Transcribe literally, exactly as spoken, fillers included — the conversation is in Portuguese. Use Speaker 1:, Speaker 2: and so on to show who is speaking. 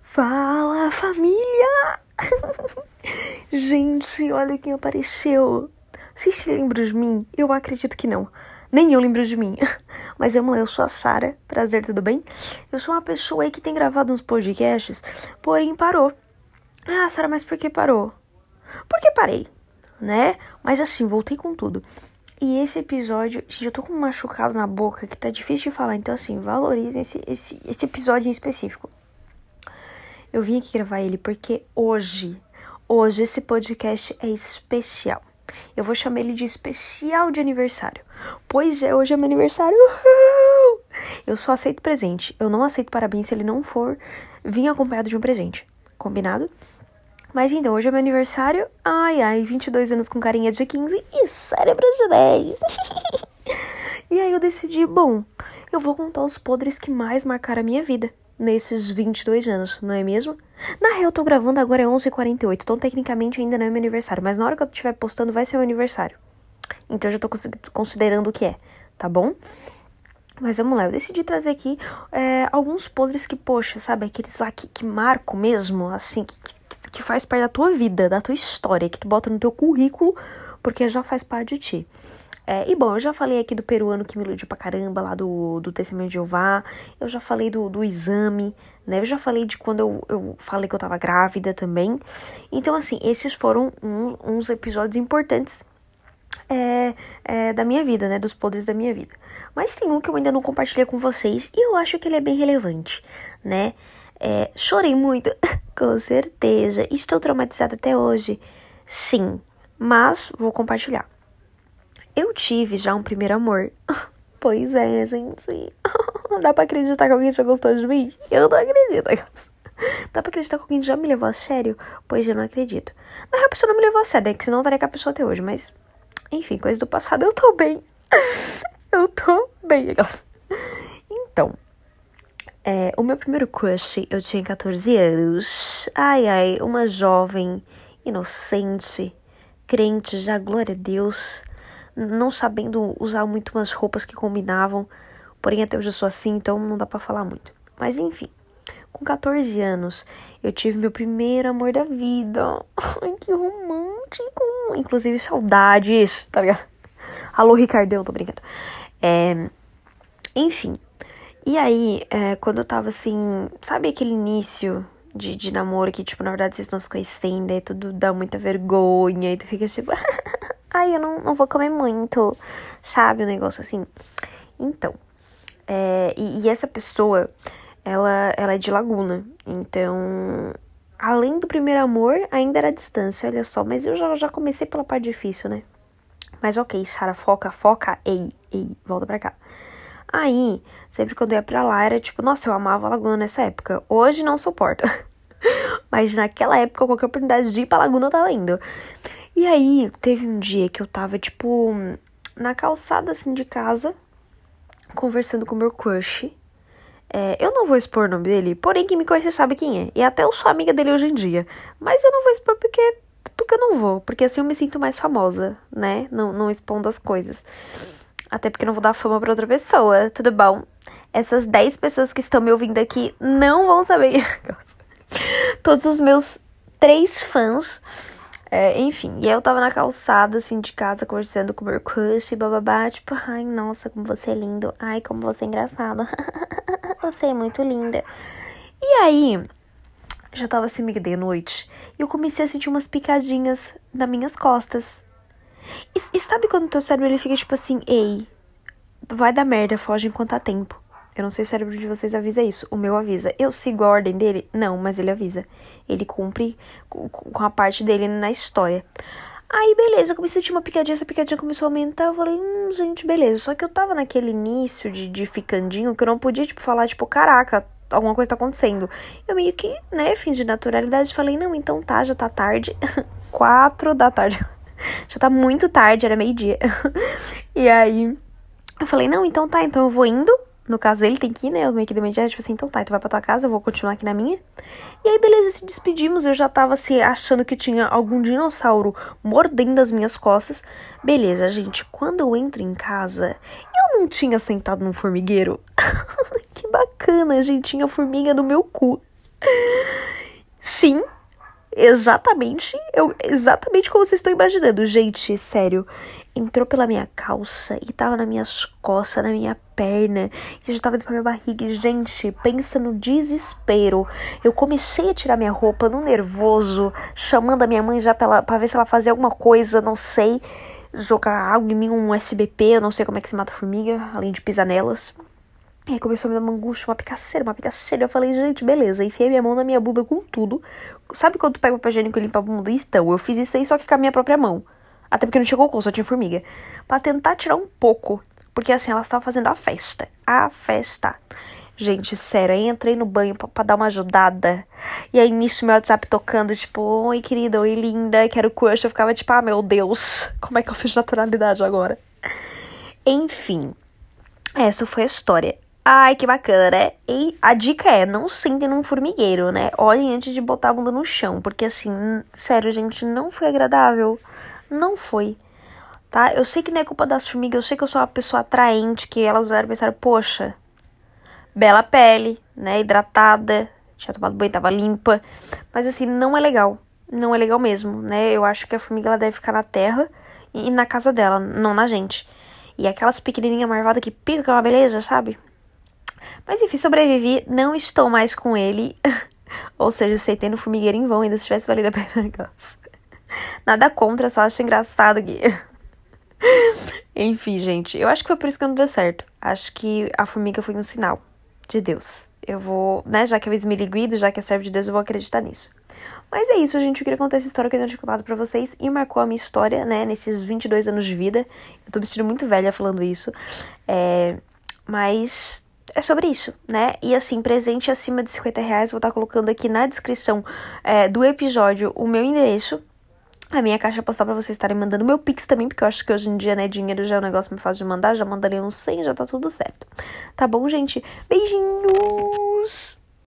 Speaker 1: Fala, família! Gente, olha quem apareceu. Vocês se lembram de mim? Eu acredito que não. Nem eu lembro de mim. Mas vamos lá, eu sou a Sara. Prazer, tudo bem? Eu sou uma pessoa aí que tem gravado uns podcasts, porém parou. Ah, Sara, mas por que parou? Porque parei, né? Mas assim, voltei com tudo. E esse episódio, gente, eu tô com um machucado na boca que tá difícil de falar. Então assim, valorizem esse, esse, esse episódio em específico. Eu vim aqui gravar ele porque hoje, hoje esse podcast é especial. Eu vou chamar ele de especial de aniversário. Pois é, hoje é meu aniversário. Uhul! Eu só aceito presente. Eu não aceito parabéns se ele não for vir acompanhado de um presente. Combinado? Mas então, hoje é meu aniversário. Ai, ai, vinte e dois anos com carinha de quinze e cérebro de dez. E aí eu decidi, bom, eu vou contar os podres que mais marcaram a minha vida nesses vinte e dois anos, não é mesmo? Na real, eu tô gravando agora é onze e quarenta e oito, então tecnicamente ainda não é meu aniversário. Mas na hora que eu estiver postando vai ser meu aniversário. Então eu já tô considerando o que é, tá bom? Mas vamos lá, eu decidi trazer aqui é, alguns podres que, poxa, sabe? Aqueles lá que, que marcam mesmo, assim, que, que, que faz parte da tua vida, da tua história, que tu bota no teu currículo, porque já faz parte de ti. É, e bom, eu já falei aqui do peruano que me iludiu pra caramba, lá do, do Testemunho de Jeová. Eu já falei do, do exame, né? Eu já falei de quando eu, eu falei que eu tava grávida também. Então, assim, esses foram um, uns episódios importantes é, é, da minha vida, né? Dos podres da minha vida. Mas tem um que eu ainda não compartilhei com vocês e eu acho que ele é bem relevante, né? É, chorei muito, com certeza. Estou traumatizada até hoje, sim. Mas vou compartilhar. Eu tive já um primeiro amor. Pois é, gente. Dá pra acreditar que alguém já gostou de mim? Eu não acredito. Dá pra acreditar que alguém já me levou a sério? Pois eu não acredito. Na real, a pessoa não me levou a sério, é que senão eu estaria com a pessoa até hoje. Mas, enfim, coisa do passado, eu tô bem. Eu tô bem. Então, é, o meu primeiro crush, eu tinha catorze anos. Ai, ai, uma jovem, inocente, crente, já, glória a Deus, não sabendo usar muito umas roupas que combinavam, porém até hoje eu sou assim, então não dá pra falar muito. Mas enfim, com catorze anos, eu tive meu primeiro amor da vida. Ai, que romântico. Inclusive, saudades, tá ligado? Alô, Ricardão, tô brincando. É, enfim, e aí, é, quando eu tava assim, sabe aquele início de, de namoro que, tipo, na verdade vocês estão se conhecendo, aí tudo dá muita vergonha, e tu fica tipo... Ai, eu não, não vou comer muito, sabe? Um negócio assim. Então, é, e, e essa pessoa, ela, ela é de Laguna. Então, além do primeiro amor, ainda era a distância, olha só. Mas eu já, já comecei pela parte difícil, né? Mas ok, Sara, foca, foca. Ei, ei, volta pra cá. Aí, sempre quando eu ia pra lá, era tipo... Nossa, eu amava a Laguna nessa época. Hoje não suporto. Mas naquela época, qualquer oportunidade de ir pra Laguna, eu tava indo. E aí, teve um dia que eu tava, tipo, na calçada, assim, de casa, conversando com o meu crush. É, eu não vou expor o nome dele, porém quem me conhece sabe quem é. E até eu sou amiga dele hoje em dia. Mas eu não vou expor porque, porque eu não vou. Porque assim eu me sinto mais famosa, né? Não, não expondo as coisas. Até porque eu não vou dar fama pra outra pessoa, tudo bom? Essas dez pessoas que estão me ouvindo aqui não vão saber. Todos os meus três fãs... É, enfim, e aí eu tava na calçada, assim, de casa, conversando com o meu crush, bababá, tipo, ai, nossa, como você é lindo, ai, como você é engraçado, você é muito linda. E aí, já tava assim, meio de noite, e eu comecei a sentir umas picadinhas nas minhas costas. E, e sabe quando o teu cérebro, ele fica tipo assim, ei, vai dar merda, foge enquanto há tempo. Eu não sei se o cérebro de vocês avisa isso. O meu avisa. Eu sigo a ordem dele? Não, mas ele avisa. Ele cumpre com a parte dele na história. Aí, beleza. Eu comecei a sentir uma picadinha. Essa picadinha começou a aumentar. Eu falei, hum, gente, beleza. Só que eu tava naquele início de, de ficandinho que eu não podia, tipo, falar, tipo, caraca, alguma coisa tá acontecendo. Eu meio que, né, fins de naturalidade, falei, não, então tá, já tá tarde. Quatro da tarde. Já tá muito tarde, era meio-dia. E aí, eu falei, não, então tá, então eu vou indo. No caso, ele tem que ir, né? Eu meio que dei uma ideia, tipo assim, então tá, tu vai pra tua casa, eu vou continuar aqui na minha. E aí, beleza, se despedimos. Eu já tava, assim, achando que tinha algum dinossauro mordendo as minhas costas. Beleza, gente, quando eu entro em casa, eu não tinha sentado num formigueiro. Que bacana, gente, tinha formiga no meu cu. Sim, exatamente, eu, exatamente como vocês estão imaginando. Gente, sério, entrou pela minha calça e tava nas minhas costas, na minha perna, e já tava indo pra minha barriga. E, gente, pensa no desespero. Eu comecei a tirar minha roupa no nervoso, chamando a minha mãe já pra, ela, pra ver se ela fazia alguma coisa, não sei, jogar água em mim, um S B P, eu não sei como é que se mata formiga, além de pisar nelas. E aí começou a me dar uma angústia, uma picaceira, uma picaceira. Eu falei, gente, beleza. Enfiei minha mão na minha bunda com tudo. Sabe quando tu pega o papel higiênico e limpa a bunda? Então, eu fiz isso aí só que com a minha própria mão. Até porque não tinha cocô, só tinha formiga. Pra tentar tirar um pouco. Porque assim, elas estavam fazendo a festa. A festa. Gente, sério, aí entrei no banho pra, pra dar uma ajudada. E aí nisso meu WhatsApp tocando, tipo, oi querida, oi linda, quero crush. Eu ficava tipo, ah meu Deus, como é que eu fiz naturalidade agora? Enfim, essa foi a história. Ai, que bacana, né? E a dica é, não sentem num formigueiro, né? Olhem antes de botar a bunda no chão. Porque assim, sério, gente, não foi agradável. Não foi, tá? Eu sei que não é culpa das formigas, eu sei que eu sou uma pessoa atraente, que elas olharam e pensaram, poxa, bela pele, né? Hidratada, tinha tomado banho, tava limpa. Mas assim, não é legal. Não é legal mesmo, né? Eu acho que a formiga, ela deve ficar na terra e na casa dela, não na gente. E aquelas pequenininhas marvadas que pica, que é uma beleza, sabe? Mas enfim, sobrevivi, não estou mais com ele. Ou seja, aceitei no formigueiro em vão, ainda se tivesse valido a pena. Nada contra, só acho engraçado aqui. Enfim, gente, eu acho que foi por isso que não deu certo. Acho que a formiga foi um sinal de Deus. Eu vou, né, já que eu esmiliguido, já que é servo de Deus, eu vou acreditar nisso. Mas é isso, gente, eu queria contar essa história que eu tenho contado pra vocês e marcou a minha história, né, nesses vinte e dois anos de vida. Eu tô me sentindo muito velha falando isso. É... Mas... é sobre isso, né? E assim, presente acima de cinquenta reais, vou estar colocando aqui na descrição é, do episódio o meu endereço, a minha caixa postal pra vocês estarem mandando, meu Pix também, porque eu acho que hoje em dia, né, dinheiro já é um negócio mais fácil de mandar, já mandarei uns cem, já tá tudo certo. Tá bom, gente? Beijinhos!